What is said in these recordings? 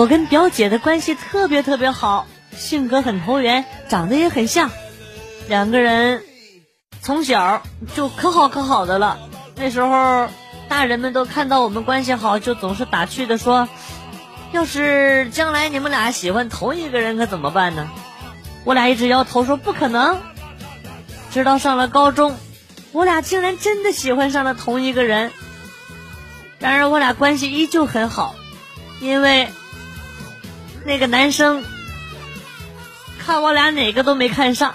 我跟表姐的关系特别特别好，性格很投缘，长得也很像，两个人从小就可好的了。那时候大人们都看到我们关系好，就总是打趣的说，要是将来你们俩喜欢同一个人可怎么办呢？我俩一直摇头说不可能。直到上了高中，我俩竟然真的喜欢上了同一个人。然而我俩关系依旧很好，因为那个男生看我俩哪个都没看上。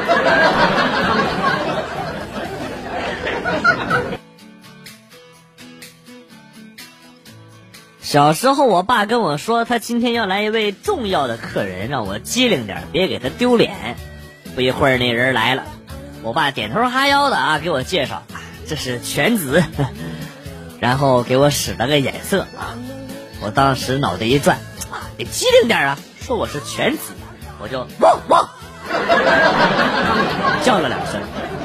小时候我爸跟我说，他今天要来一位重要的客人，让我机灵点，别给他丢脸。不一会儿那人来了，我爸点头哈腰的给我介绍，这是犬子，然后给我使了个眼色我当时脑袋一转，得机灵点说我是犬子，我就汪叫了两声。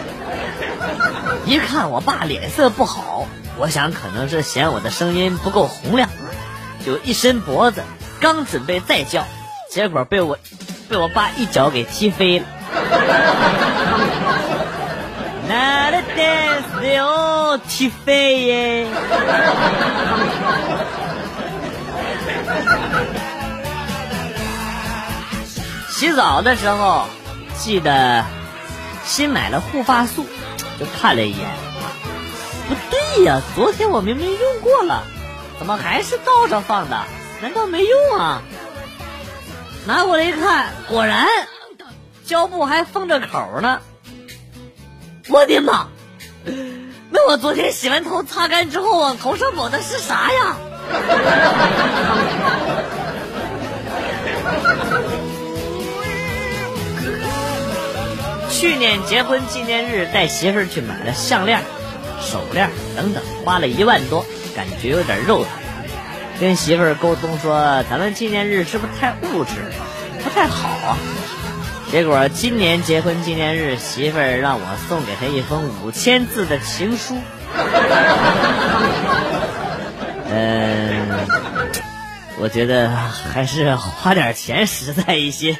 一看我爸脸色不好，我想可能是嫌我的声音不够洪亮，就一伸脖子，刚准备再叫，结果被我爸一脚给踢飞了。那的 dance 的哦，踢飞耶！洗澡的时候记得新买了护发素，就看了一眼，不对呀，昨天我明明用过了，怎么还是倒着放的？难道没用啊？拿过来一看，果然胶布还封着口呢。我的妈！那我昨天洗完头擦干之后往头上抹的是啥呀？去年结婚纪念日带媳妇儿去买了项链、手链等等，花了1万多，感觉有点肉疼。跟媳妇儿沟通说，咱们纪念日是不是太物质，不太好啊？结果今年结婚纪念日，媳妇儿让我送给她一封5000字的情书。我觉得还是花点钱实在一些。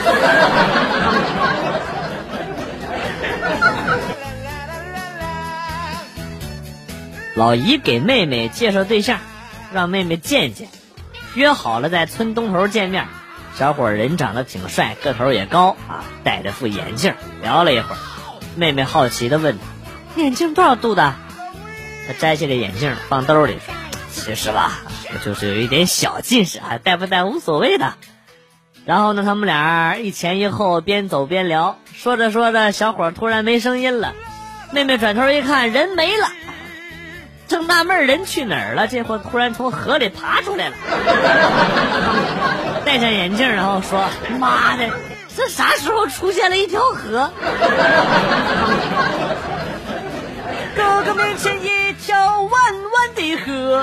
老姨给妹妹介绍对象，让妹妹见见，约好了在村东头见面。小伙人长得挺帅，个头也高戴着副眼镜，聊了一会儿，妹妹好奇地问他，眼镜多少度的？他摘下了眼镜放兜里说，其实吧，我就是有一点小近视，戴不戴无所谓的。然后呢，他们俩一前一后边走边聊，说着说着，小伙突然没声音了，妹妹转头一看，人没了。正纳闷人去哪儿了，这会突然从河里爬出来了，戴上眼镜，然后说，妈的，这啥时候出现了一条河？哥哥面前一条弯弯的河。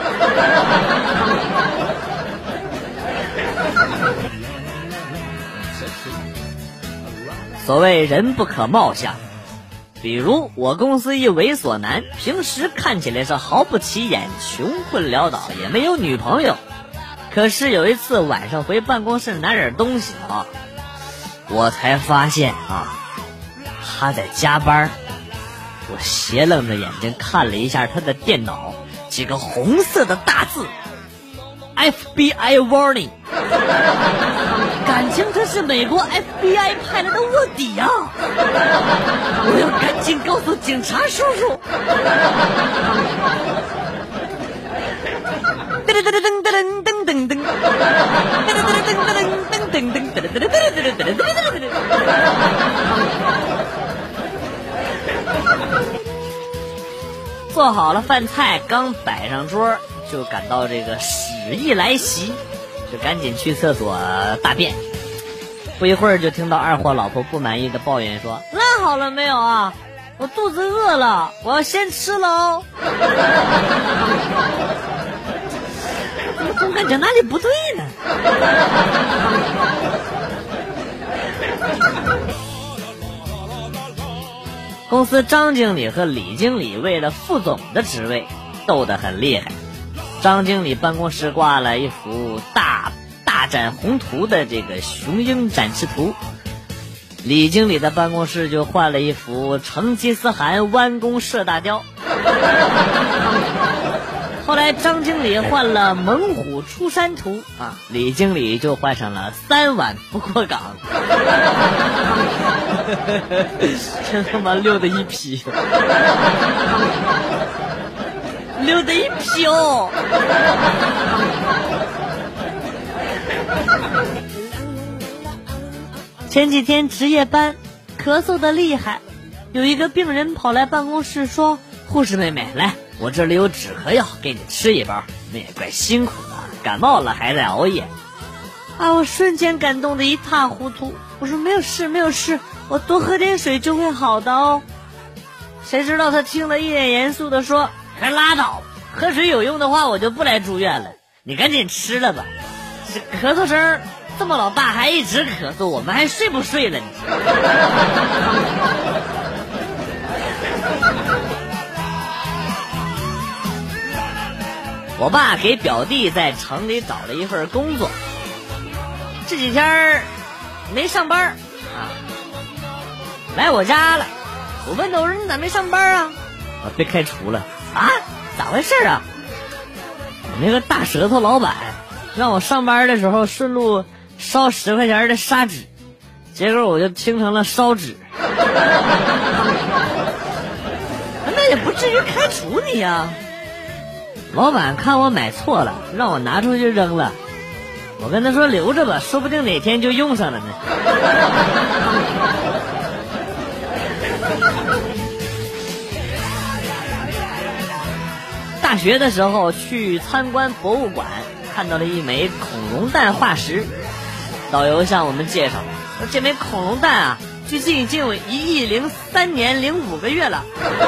所谓人不可貌相，比如我公司一猥琐男，平时看起来是毫不起眼，穷困潦倒，也没有女朋友。可是有一次晚上回办公室拿点东西我才发现他在加班。我斜愣着眼睛看了一下他的电脑，几个红色的大字 FBI warning， 感情这是美国 FBI 派来的卧底啊！我要赶紧告诉警察叔叔。做好了饭菜，刚摆上桌，就感到这个屎意来袭，就赶紧去厕所大便。不一会儿就听到二货老婆不满意的抱怨说，拉好了没有啊？我肚子饿了，我要先吃了哦。我总感觉哪里不对呢。公司张经理和李经理为了副总的职位斗得很厉害。张经理办公室挂了一幅大大展宏图的这个雄鹰展翅图，李经理的办公室就换了一幅成吉思汗弯弓射大雕。后来张经理换了猛虎出山图啊，李经理就换上了3晚不过岗。真他妈溜的一批，溜的一批哦。前几天值夜班，咳嗽的厉害，有一个病人跑来办公室说：“护士妹妹，来，我这里有止咳药，给你吃一包。你也怪辛苦的，感冒了还在熬夜。”啊！我瞬间感动的一塌糊涂。我说没有事，没有事，我多喝点水就会好的哦。谁知道他听了一脸严肃的说：“可拉倒，喝水有用的话我就不来住院了，你赶紧吃了吧。这咳嗽声这么老大还一直咳嗽，我们还睡不睡了？你我爸给表弟在城里找了一份工作，这几天没上班啊，来我家了。我问他，我说你咋没上班啊？被开除了啊？咋回事啊？我那个大舌头老板让我上班的时候顺路烧10块钱的砂纸，结果我就听成了烧纸。那也不至于开除你呀。老板看我买错了，让我拿出去扔了。我跟他说留着吧，说不定哪天就用上了呢。大学的时候去参观博物馆，看到了一枚恐龙蛋化石。导游向我们介绍，说这枚恐龙蛋啊，距今已经有1亿03年05个月了。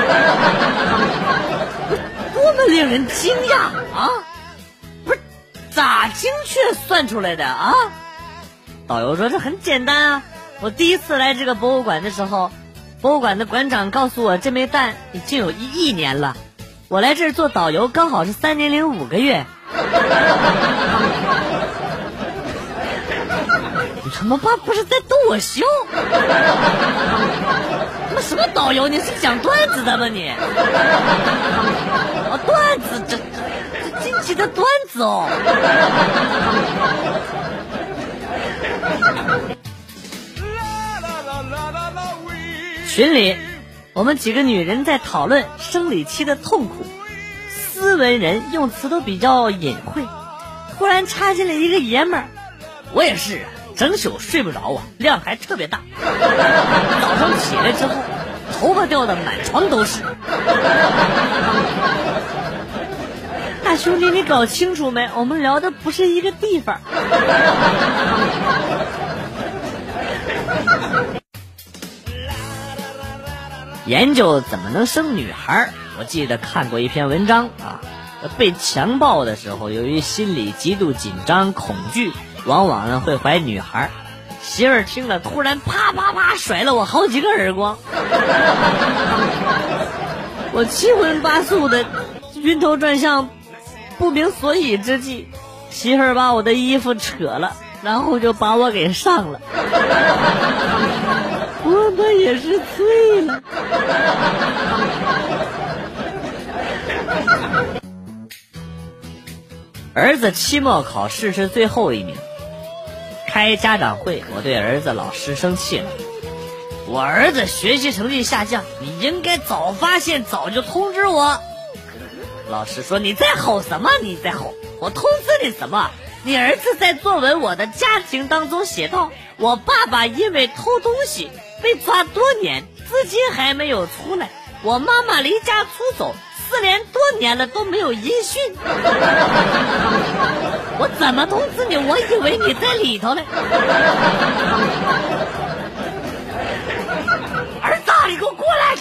多么令人惊讶啊！不是咋精确算出来的啊？导游说这很简单啊，我第一次来这个博物馆的时候，博物馆的馆长告诉我这枚蛋已经有1亿年了，我来这儿做导游刚好是3年05个月。你他妈爸不是在逗我笑？那什么导游？你是讲段子的吗你？哦，段子，这惊奇的段子哦。群里我们几个女人在讨论生理期的痛苦，斯文人用词都比较隐晦。突然插进来一个爷们儿，我也是啊，整宿睡不着啊，量还特别大。早上起来之后，头发掉的满床都是。大兄弟，你搞清楚没？我们聊的不是一个地方。研究怎么能生女孩，我记得看过一篇文章啊，被强暴的时候，由于心理极度紧张恐惧，往往呢会怀女孩。媳妇儿听了，突然啪啪啪甩了我好几个耳光，我七荤八素的晕头转向，不明所以之际，媳妇儿把我的衣服扯了，然后就把我给上了。我们也是醉了。儿子期末考试是最后一名，开家长会，我对儿子老师生气了。我儿子学习成绩下降，你应该早发现，早就通知我。老师说你在吼什么？你在吼？我通知你什么？你儿子在作文《我的家庭》当中写道，我爸爸因为偷东西被抓多年，至今还没有出来。我妈妈离家出走4年多年了都没有音讯。我怎么通知你？我以为你在里头呢。儿子，你给我过来！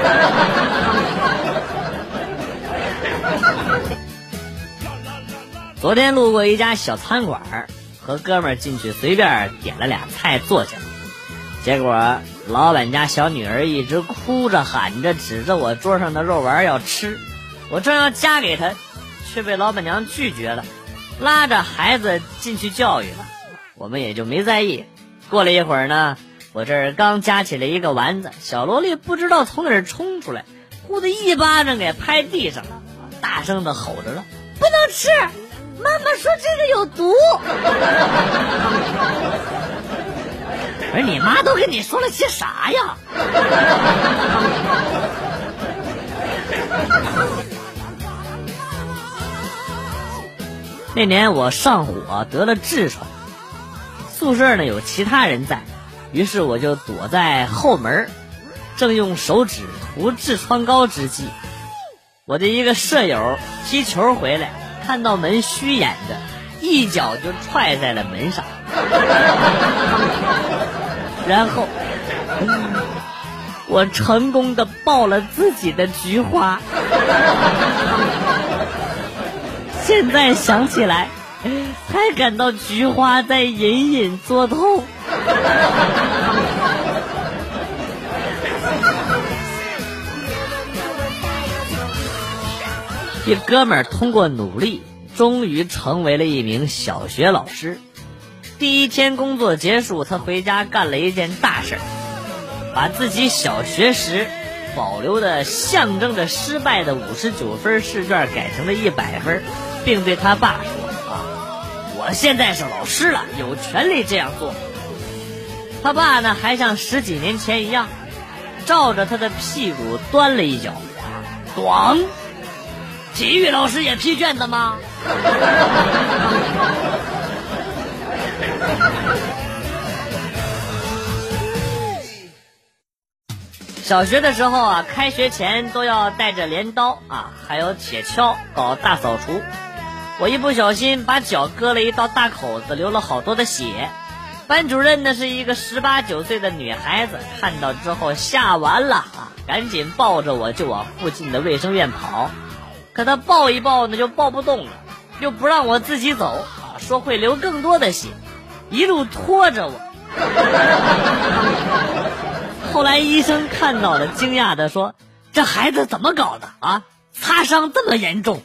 昨天路过一家小餐馆，和哥们儿进去随便点了俩菜坐下，结果老板家小女儿一直哭着喊着指着我桌上的肉丸要吃，我正要夹给她，却被老板娘拒绝了，拉着孩子进去教育了。 我们也就没在意。过了一会儿呢，我这儿刚夹起了一个丸子，小萝莉不知道从哪儿冲出来，呼的一巴掌给拍地上了，大声的吼着了：“不能吃！妈妈说这个有毒！”而你妈都跟你说了些啥呀？那年我上火得了痔疮，宿舍呢有其他人在，于是我就躲在后门，正用手指涂痔疮膏之际，我的一个舍友踢球回来，看到门虚掩着，一脚就踹在了门上，然后我成功的爆了自己的菊花。现在想起来还感到菊花在隐隐作痛。一哥们儿通过努力终于成为了一名小学老师。第一天工作结束，他回家干了一件大事，把自己小学时保留的象征着失败的59分试卷改成了100分，并对他爸说：“我现在是老师了，有权利这样做。”他爸呢，还像10几年前一样，照着他的屁股端了一脚，咣！体育老师也批卷子吗？小学的时候啊，开学前都要带着镰刀还有铁锹搞大扫除。我一不小心把脚割了一道大口子，流了好多的血。班主任呢是一个18、19岁的女孩子，看到之后吓完了赶紧抱着我就往附近的卫生院跑。可她抱一抱呢就抱不动了，又不让我自己走说会流更多的血，一路拖着我。后来医生看到了，惊讶地说：“这孩子怎么搞的擦伤这么严重？”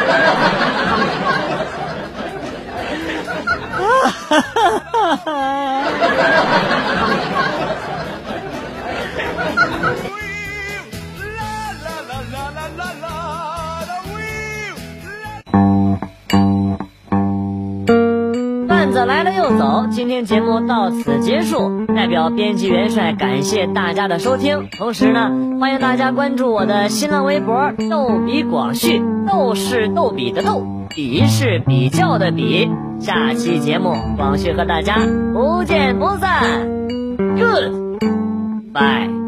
段子来了又走，今天节目到此结束，代表编辑元帅感谢大家的收听，同时呢，欢迎大家关注我的新浪微博逗比广旭，逗是逗比的逗，比是比较的比。下期节目广旭和大家不见不散 ，Goodbye。